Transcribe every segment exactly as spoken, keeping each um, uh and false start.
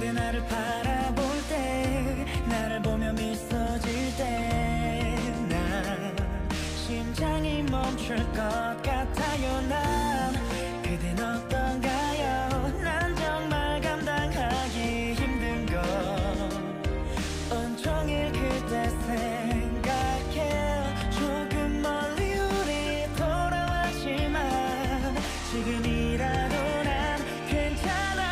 근데 나를 바라볼 때 나를 보며 미소 질 때 난 심장이 멈출 것 같아요. 난 그댄 어떤가요? 난 정말 감당하기 힘든 거 온종일 그대 생각해 조금 멀리 우리 돌아왔지만 지금이라도 난 괜찮아.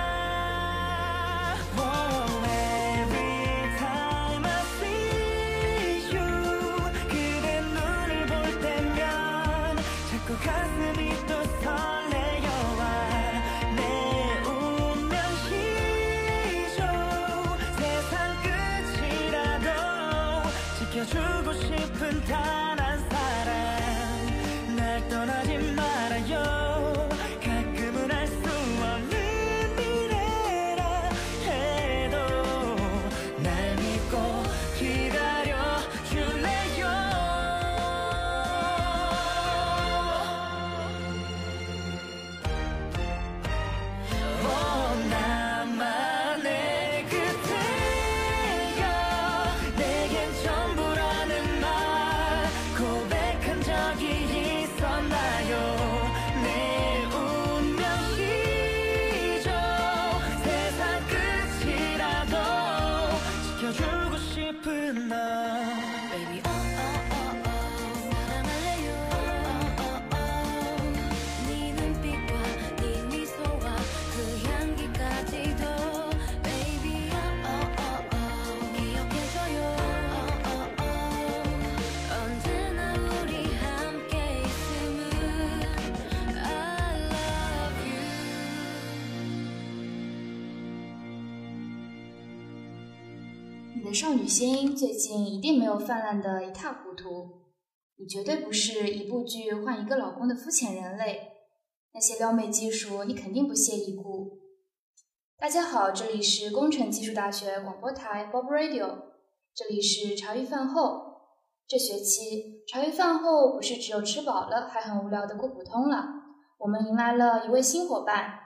Oh, every time I see you 그대 눈을 볼 때면 자꾸 가슴이 또 설레어와 내 운명이죠. 세상 끝이라도 지켜주고 싶은 단 한 사람 날 떠나지 말아요. 가끔은 알 수 없는 미래라 해도 날 믿고 기다려 줄래요. 오, 나만의 그대여 내겐 전부라는 말 고백한 적이 있었나요? 내 운명이죠. 세상 끝이라도 지켜주고 싶은 너 Baby oh oh oh oh 사랑할래요. oh oh oh 네 눈빛과 네 미소와 그 향기까지도 Baby oh oh oh oh 기억해줘요. oh oh oh 언제나 우리 함께 있음을 I love you. 你的少女心最近一定没有泛滥的一塌糊涂，你绝对不是一部剧换一个老公的肤浅人类，那些撩妹技术你肯定不屑一顾。大家好，这里是工程技术大学广播台 Bob Radio， 这里是茶余饭后。这学期茶余饭后不是只有吃饱了还很无聊的过普通了，我们迎来了一位新伙伴，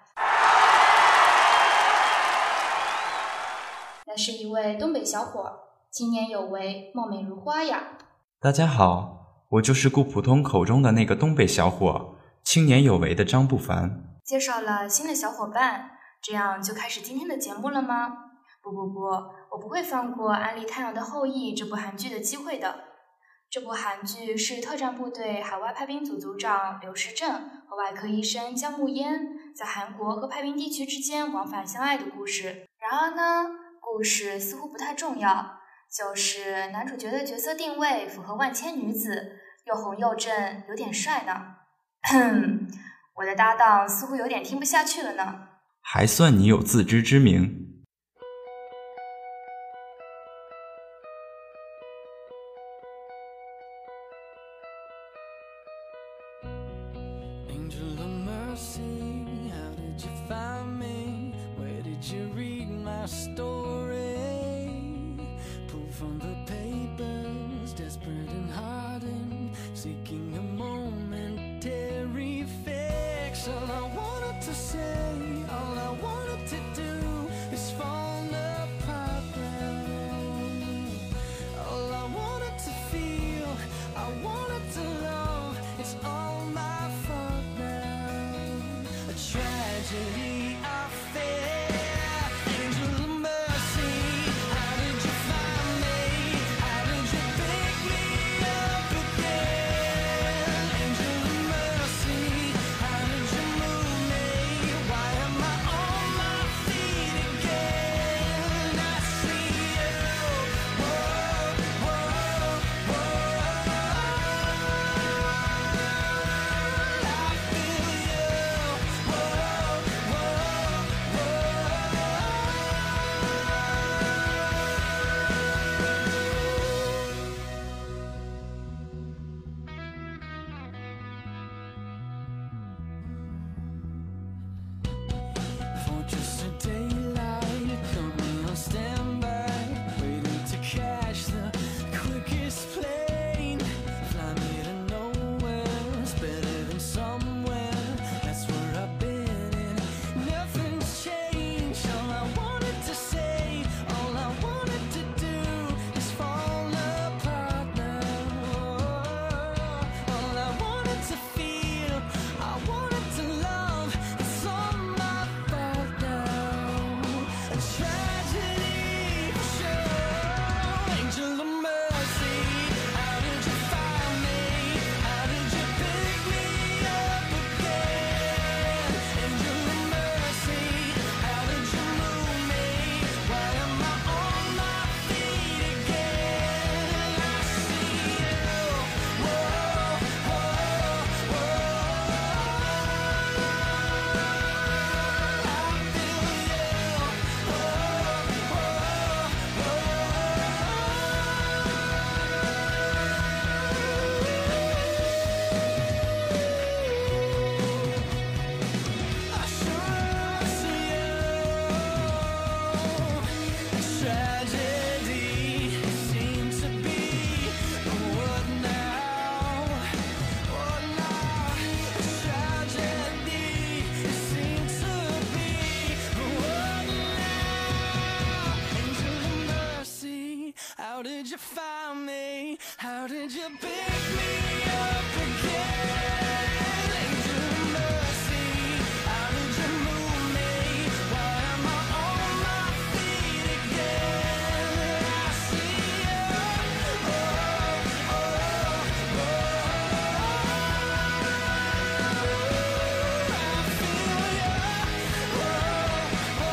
那是一位东北小伙，青年有为，貌美如花呀。 大家好，我就是顾普通口中的那个东北小伙，青年有为的张不凡。 介绍了新的小伙伴，这样就开始今天的节目了吗？不不不，我不会放过安利《太阳的后裔》这部韩剧的机会的。这部韩剧是特战部队海外派兵组组长刘时正和外科医生姜暮嫣在韩国和派兵地区之间往返相爱的故事。然而呢，故事似乎不太重要，就是男主角的角色定位符合万千女子，又红又正，有点帅呢。我的搭档似乎有点听不下去了呢。 还算你有自知之明。 Angel of mercy, how did you find me? Where did you read my story? Pulled from the papers, desperate and hardened, seeking a momentary fix. All I wanted to say, all I wanted to do is fall apart now. All I wanted to feel, I wanted to love, it's all my fault now. A tragedy I fear. Angel of mercy, how did you find me? How did you pick me up again? Angel of mercy, how did you move me? Why you find me? How did you pick me up again? Angel mercy, how did you move me? Why am I on my feet again? I see you, oh, oh, oh, I feel you, oh, oh,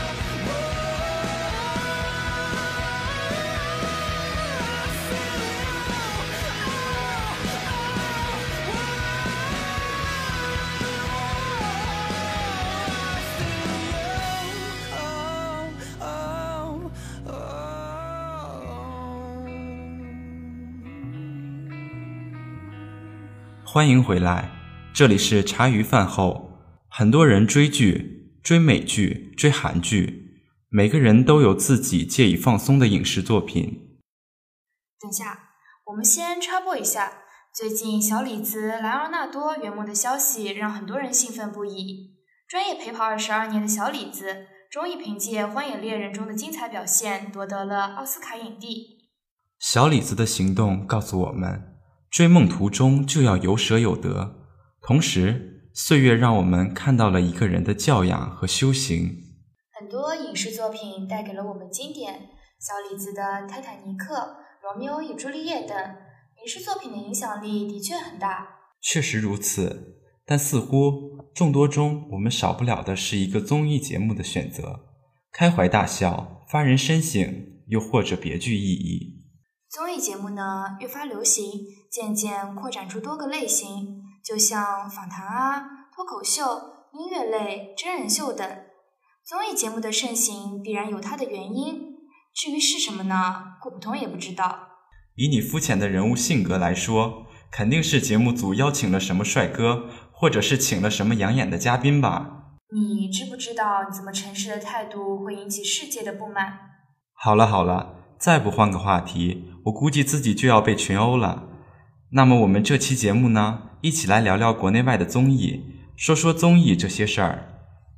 欢迎回来，这里是茶余饭后。很多人追剧、追美剧、追韩剧，每个人都有自己借以放松的影视作品。 等下，我们先插播一下，最近小李子莱昂纳多圆梦的消息让很多人兴奋不已。专业陪跑二十二年的小李子，终于凭借《荒野猎人》中的精彩表现夺得了奥斯卡影帝。 小李子的行动告诉我们，追梦途中就要有舍有得，同时岁月让我们看到了一个人的教养和修行。 很多影视作品带给了我们经典，小李子的《泰坦尼克》、《罗密欧与朱丽叶》等影视作品的影响力的确很大。 确实如此，但似乎众多中我们少不了的是一个综艺节目的选择，开怀大笑、发人深省，又或者别具意义。 综艺节目呢越发流行，渐渐扩展出多个类型，就像访谈啊、脱口秀、音乐类、真人秀等。综艺节目的盛行必然有它的原因，至于是什么呢？顾普通也不知道。 以你肤浅的人物性格来说，肯定是节目组邀请了什么帅哥，或者是请了什么养眼的嘉宾吧。 你知不知道你这么诚实的态度会引起世界的不满？ 好了好了，再不换个话题，我估计自己就要被群殴了。那么我们这期节目呢，一起来聊聊国内外的综艺，说说综艺这些事儿。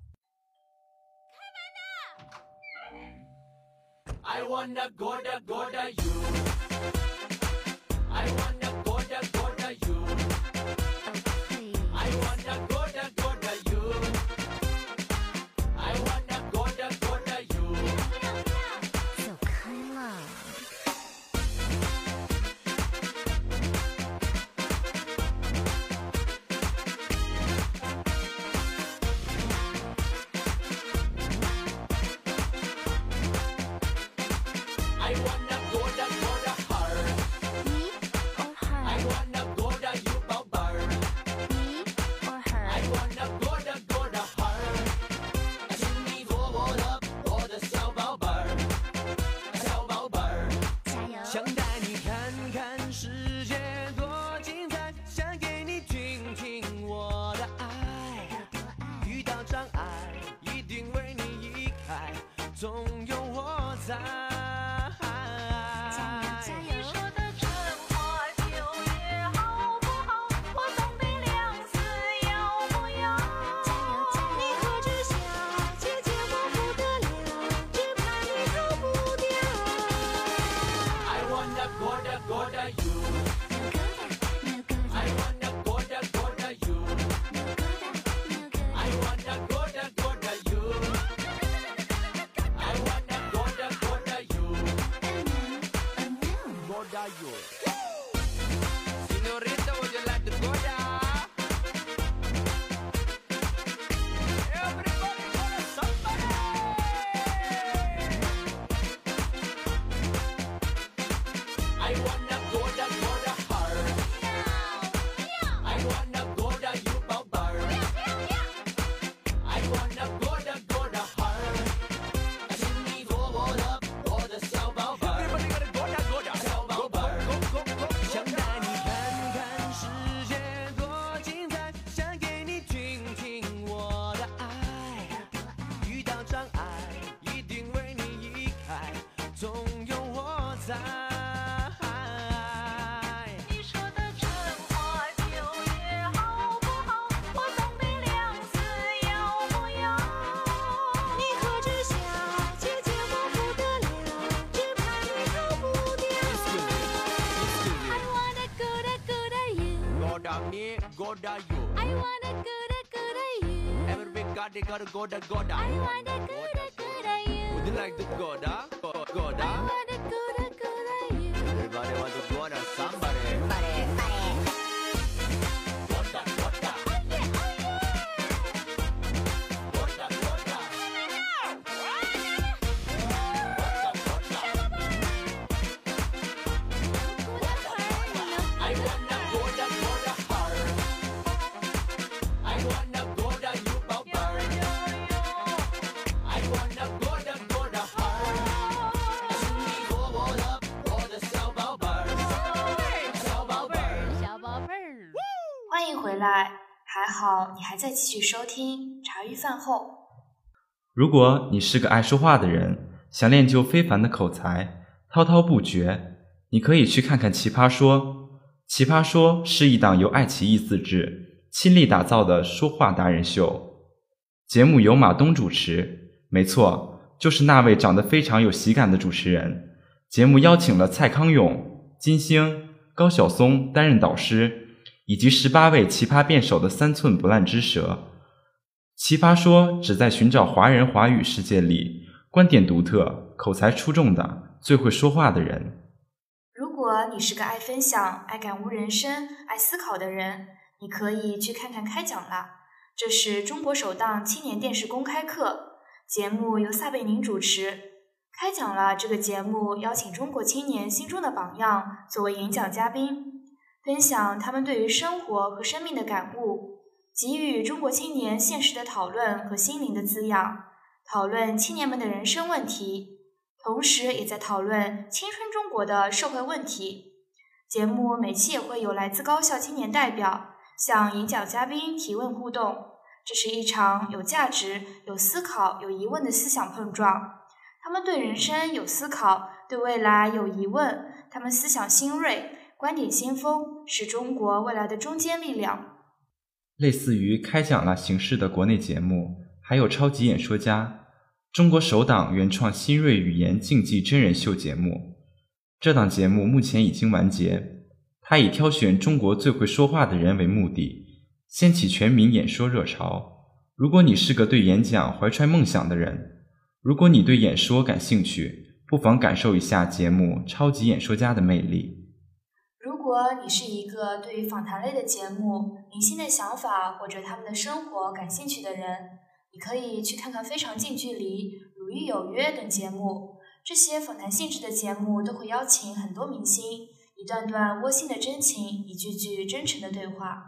I wanna go to go to you. I wanna go to go to you. I wanna go to go to you. I wanna go to go to you. So come on. I wanna go to go to her. Me or her? I wanna go to you, 宝贝儿。 Me or I her? wanna go to go to her. 请你做我的我的小宝贝儿，小宝贝儿。 加油！ 想带你看看世界多精彩，想给你听听我的爱。遇到障碍，一定为你移开，总有我在。 加油！ 你说的真话就业好不好？我送的粮食要不要？ 加油加油！ 你可知小姐姐我不得了，只怕你走不掉。 I wanna go to go to you. No good, no I good, wanna go to go to you. no good, no I good. wanna go to go to you. I wanna go to go to you. Oh no, oh no. Go to you. Señorita, would you like to go down? Everybody go to somebody. I wanna go to go to her. I wanna go to you, 宝贝儿。I wanna go to go to her. 请你做我的我的小宝贝儿，小宝贝儿。想带你看看世界多精彩，想给你听听我的爱。遇到障碍，一定为你移开，总有我在。 goda you. I wanna goda goda you. Everybody gotta goda goda. I wanna goda goda you. Would you like to goda? Go- I Goda? wanna goda goda you. Everybody want to goda somebody. Goda, goda. Goda, goda. I wanna goda goda her. I wanna goda you baba. I wanna goda goda her. 请你给我的我的小宝贝儿，小宝贝儿。 小宝贝儿。 欢迎回来，还好你还在继续收听茶余饭后。 如果你是个爱说话的人，想练就非凡的口才，滔滔不绝，你可以去看看《奇葩说》。《奇葩说》是一档由爱奇艺自制、亲力打造的说话达人秀。节目由马东主持，没错，就是那位长得非常有喜感的主持人。节目邀请了蔡康永、金星、高晓松担任导师，以及十八位奇葩辩手的三寸不烂之舌。奇葩说旨在寻找华人华语世界里观点独特、口才出众的最会说话的人。 如果你是个爱分享、爱感悟人生、爱思考的人，你可以去看看开讲啦。这是中国首档青年电视公开课，节目由撒贝宁主持。开讲啦这个节目邀请中国青年心中的榜样作为演讲嘉宾，分享他们对于生活和生命的感悟，给予中国青年现实的讨论和心灵的滋养，讨论青年们的人生问题，同时也在讨论青春中国的社会问题。节目每期也会有来自高校青年代表向演讲嘉宾提问互动，这是一场有价值、有思考、有疑问的思想碰撞。他们对人生有思考，对未来有疑问，他们思想新锐，观点先锋，是中国未来的中坚力量。 类似于开讲啦形式的国内节目，还有超级演说家，中国首档原创新锐语言竞技真人秀节目。这档节目目前已经完结，它以挑选中国最会说话的人为目的，掀起全民演说热潮。如果你是个对演讲怀揣梦想的人，如果你对演说感兴趣，不妨感受一下节目《超级演说家》的魅力。 如果你是一个对于访谈类的节目、明星的想法或者他们的生活感兴趣的人，你可以去看看《非常近距离》、《如遇有约》等节目。这些访谈性质的节目都会邀请很多明星，一段段窝心的真情，一句句真诚的对话。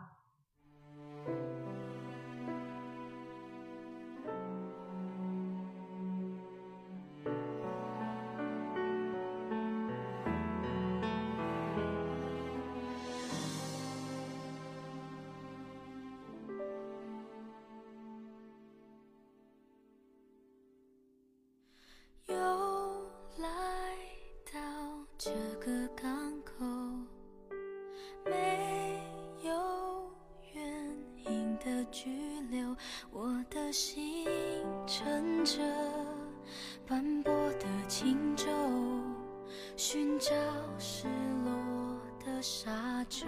又来到这个港口，没有原因的拘留，我的心乘着斑驳的轻舟，寻找失落的沙洲，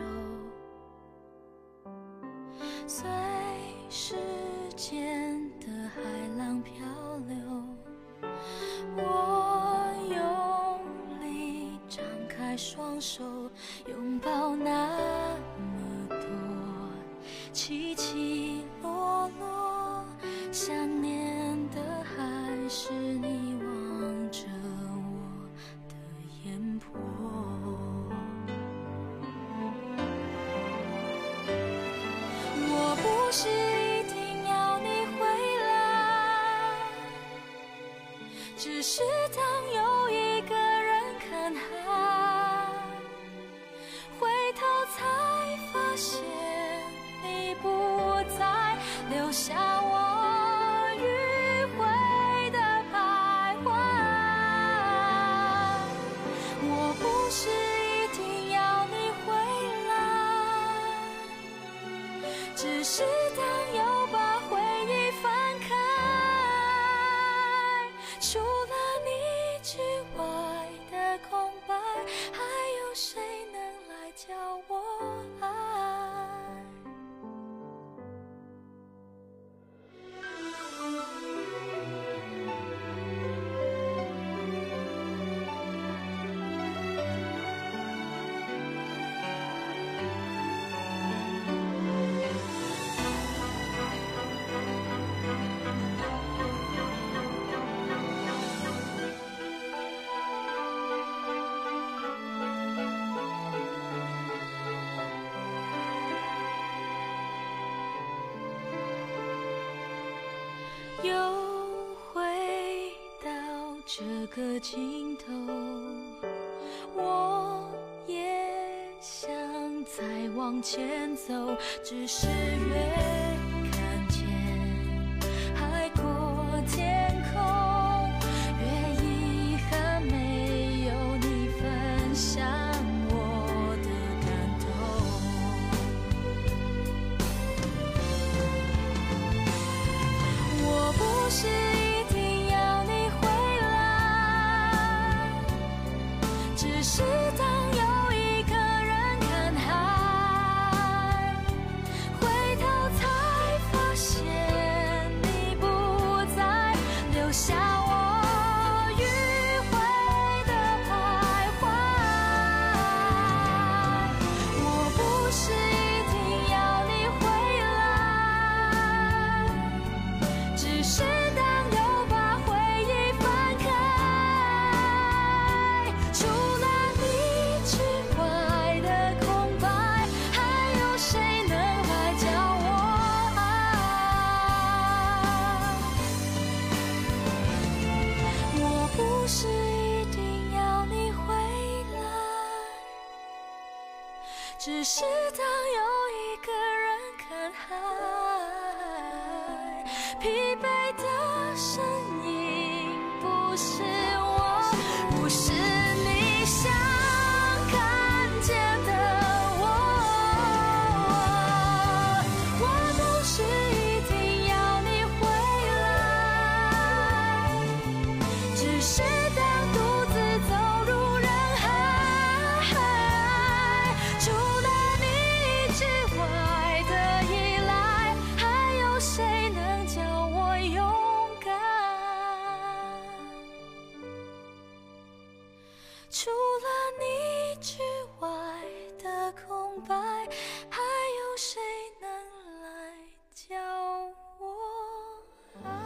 随时间的海浪漂流。我用力张开双手，拥抱那么多起起落落，想念的还是你望着我的眼波。我不是一定要你回来，只是当有一个人看海，回头才发现你不在，留下我迂回的徘徊。我不是一定要你回来，只是当又把回忆翻开，除了你之外的空白，还有谁能来教我爱？ 这个尽头，我也想再往前走，只是越看见海阔天空，越遗憾没有你分享我的感动。我不是一定要你回来，只是当有一个人看海，回头才发现你不在，留下我迂回的徘徊。我不是一定要你回来，只是当又把回忆翻开，除了你之外的空白，还有谁能来教我爱？我不是一定要你回来，只是当有一个人看海，疲惫的身影不是我，不是你想看见的我。我不是一定要你回来，只是当独自走入人海，除了你之外的依赖，还有谁能叫我勇敢？除了你之外的空白，还有谁能来教我爱？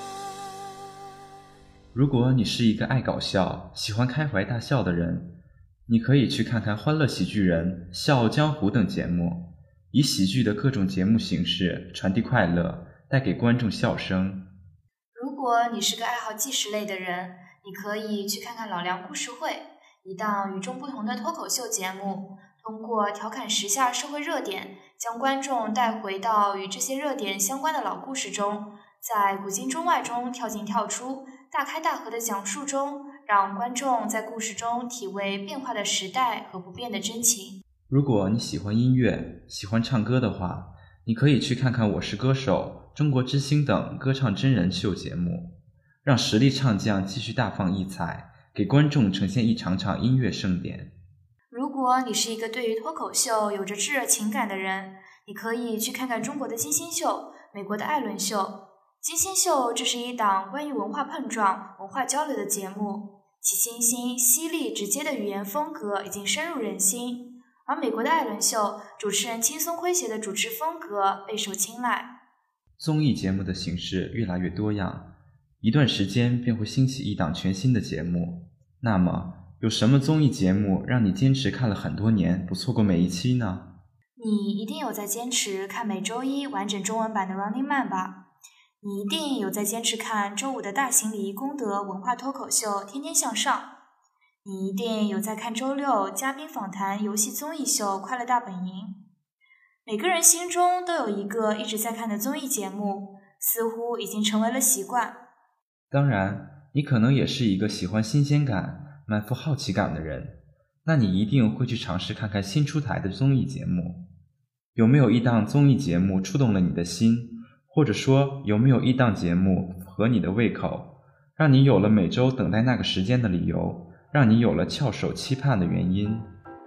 如果你是一个爱搞笑、喜欢开怀大笑的人，你可以去看看《欢乐喜剧人》《笑傲江湖》等节目，以喜剧的各种节目形式传递快乐，带给观众笑声。 如果你是个爱好纪实类的人，你可以去看看《老梁故事会》，一档与众不同的脱口秀节目，通过调侃时下社会热点，将观众带回到与这些热点相关的老故事中，在古今中外中跳进跳出，大开大合的讲述中，让观众在故事中体味变化的时代和不变的真情。 如果你喜欢音乐、喜欢唱歌的话，你可以去看看《我是歌手》《中国之星》等歌唱真人秀节目，让实力唱将继续大放异彩，给观众呈现一场场音乐盛典。 如果你是一个对于脱口秀有着炙热情感的人，你可以去看看中国的金星秀、美国的艾伦秀。金星秀这是一档关于文化碰撞、文化交流的节目，其清新、犀利、直接的语言风格已经深入人心。而美国的艾伦秀，主持人轻松诙谐的主持风格备受青睐。 综艺节目的形式越来越多样，一段时间便会兴起一档全新的节目。那么，有什么综艺节目让你坚持看了很多年，不错过每一期呢？ 你一定有在坚持看每周一完整中文版的 Running Man 吧？你一定有在坚持看周五的大型礼仪公德文化脱口秀天天向上。你一定有在看周六嘉宾访谈游戏综艺秀快乐大本营。每个人心中都有一个一直在看的综艺节目，似乎已经成为了习惯。 当然，你可能也是一个喜欢新鲜感、满腹好奇感的人，那你一定会去尝试看看新出台的综艺节目。有没有一档综艺节目触动了你的心？或者说，有没有一档节目符合你的胃口，让你有了每周等待那个时间的理由，让你有了翘首期盼的原因？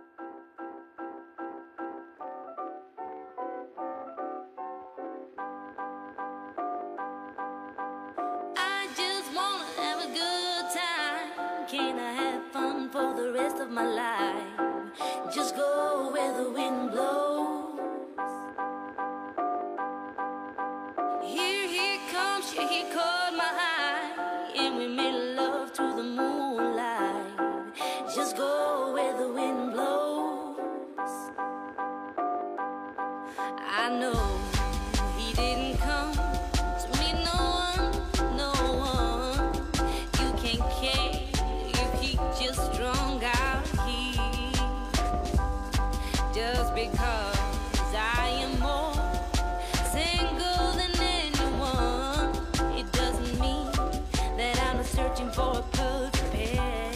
I know he didn't come to meet no one, no one. You can't catch because I am more single than anyone. It doesn't mean that I'm not searching for a perfect pair.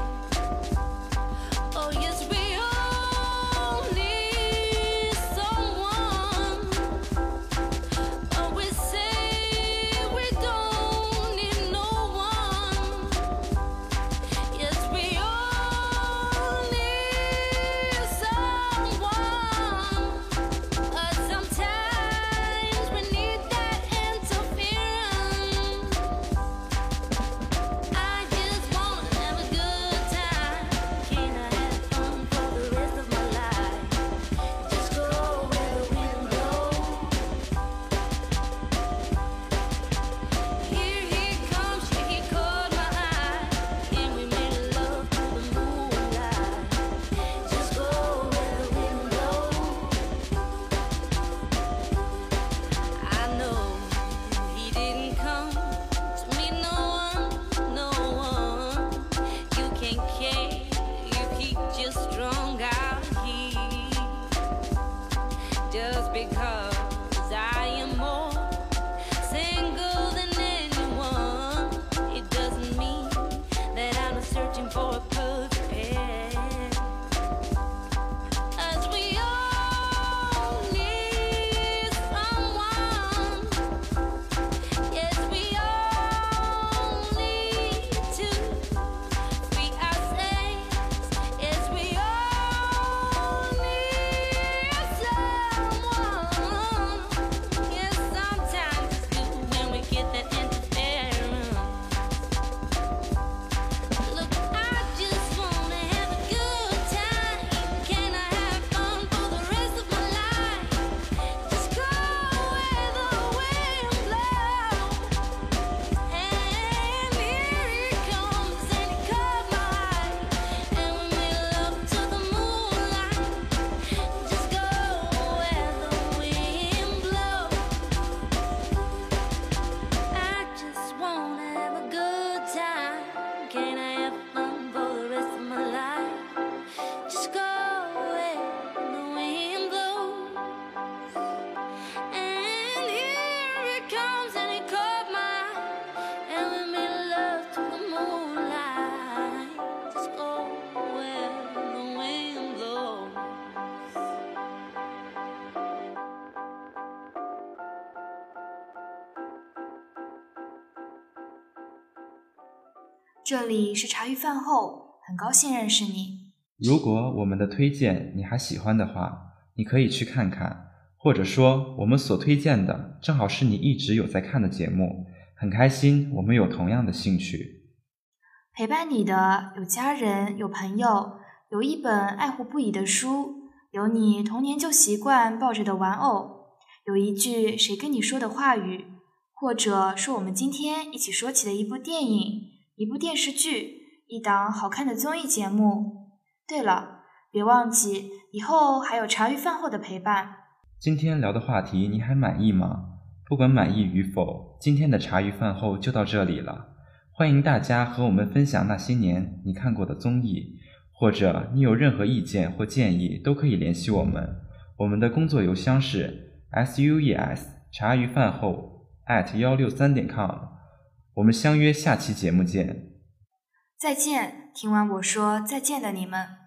Oh yes, we all need someone, but we say we don't need no one. Yes, we all need someone, but sometimes we need that interference. I just wanna have a good time. Can I have fun for the rest of my life? Just go where the wind blows. Here he comes, here he caught my eye, and we made love through the moonlight. Just go where the wind blows. I know he didn't come to meet no one, no one. You can't care if he just strung out here. Just because I am more single than anyone, it doesn't mean that I'm not searching for a perfect pair. As we all need someone. Yes, we all need to free ourselves. Yes, we all need someone. Yes, sometimes it's good when we get that interference. Look, I just wanna have a good time. Can I have fun for the rest of my life? Just go where the wind blows. And here he comes and he caught my eye, and we made love to the moonlight. Just go where the wind blows. I just wanna have a good time. Can I have fun for the rest of my life? Just go where the wind blows. And here it comes and it caught my eye, and we made love to the moonlight. Just go where the wind blows. 这里是茶余饭后，很高兴认识你。 如果我们的推荐你还喜欢的话，你可以去看看，或者说我们所推荐的正好是你一直有在看的节目，很开心我们有同样的兴趣。 陪伴你的有家人，有朋友，有一本爱护不已的书，有你童年就习惯抱着的玩偶，有一句谁跟你说的话语，或者是我们今天一起说起的一部电影，一部电视剧，一档好看的综艺节目。对了，别忘记以后还有茶余饭后的陪伴。 今天聊的话题你还满意吗？不管满意与否，今天的茶余饭后就到这里了。欢迎大家和我们分享那些年你看过的综艺，或者你有任何意见或建议都可以联系我们。我们的工作邮箱是 sues 茶余饭后 at 一六三点 com。 我们相约下期节目见。 再见，听完我说再见的你们。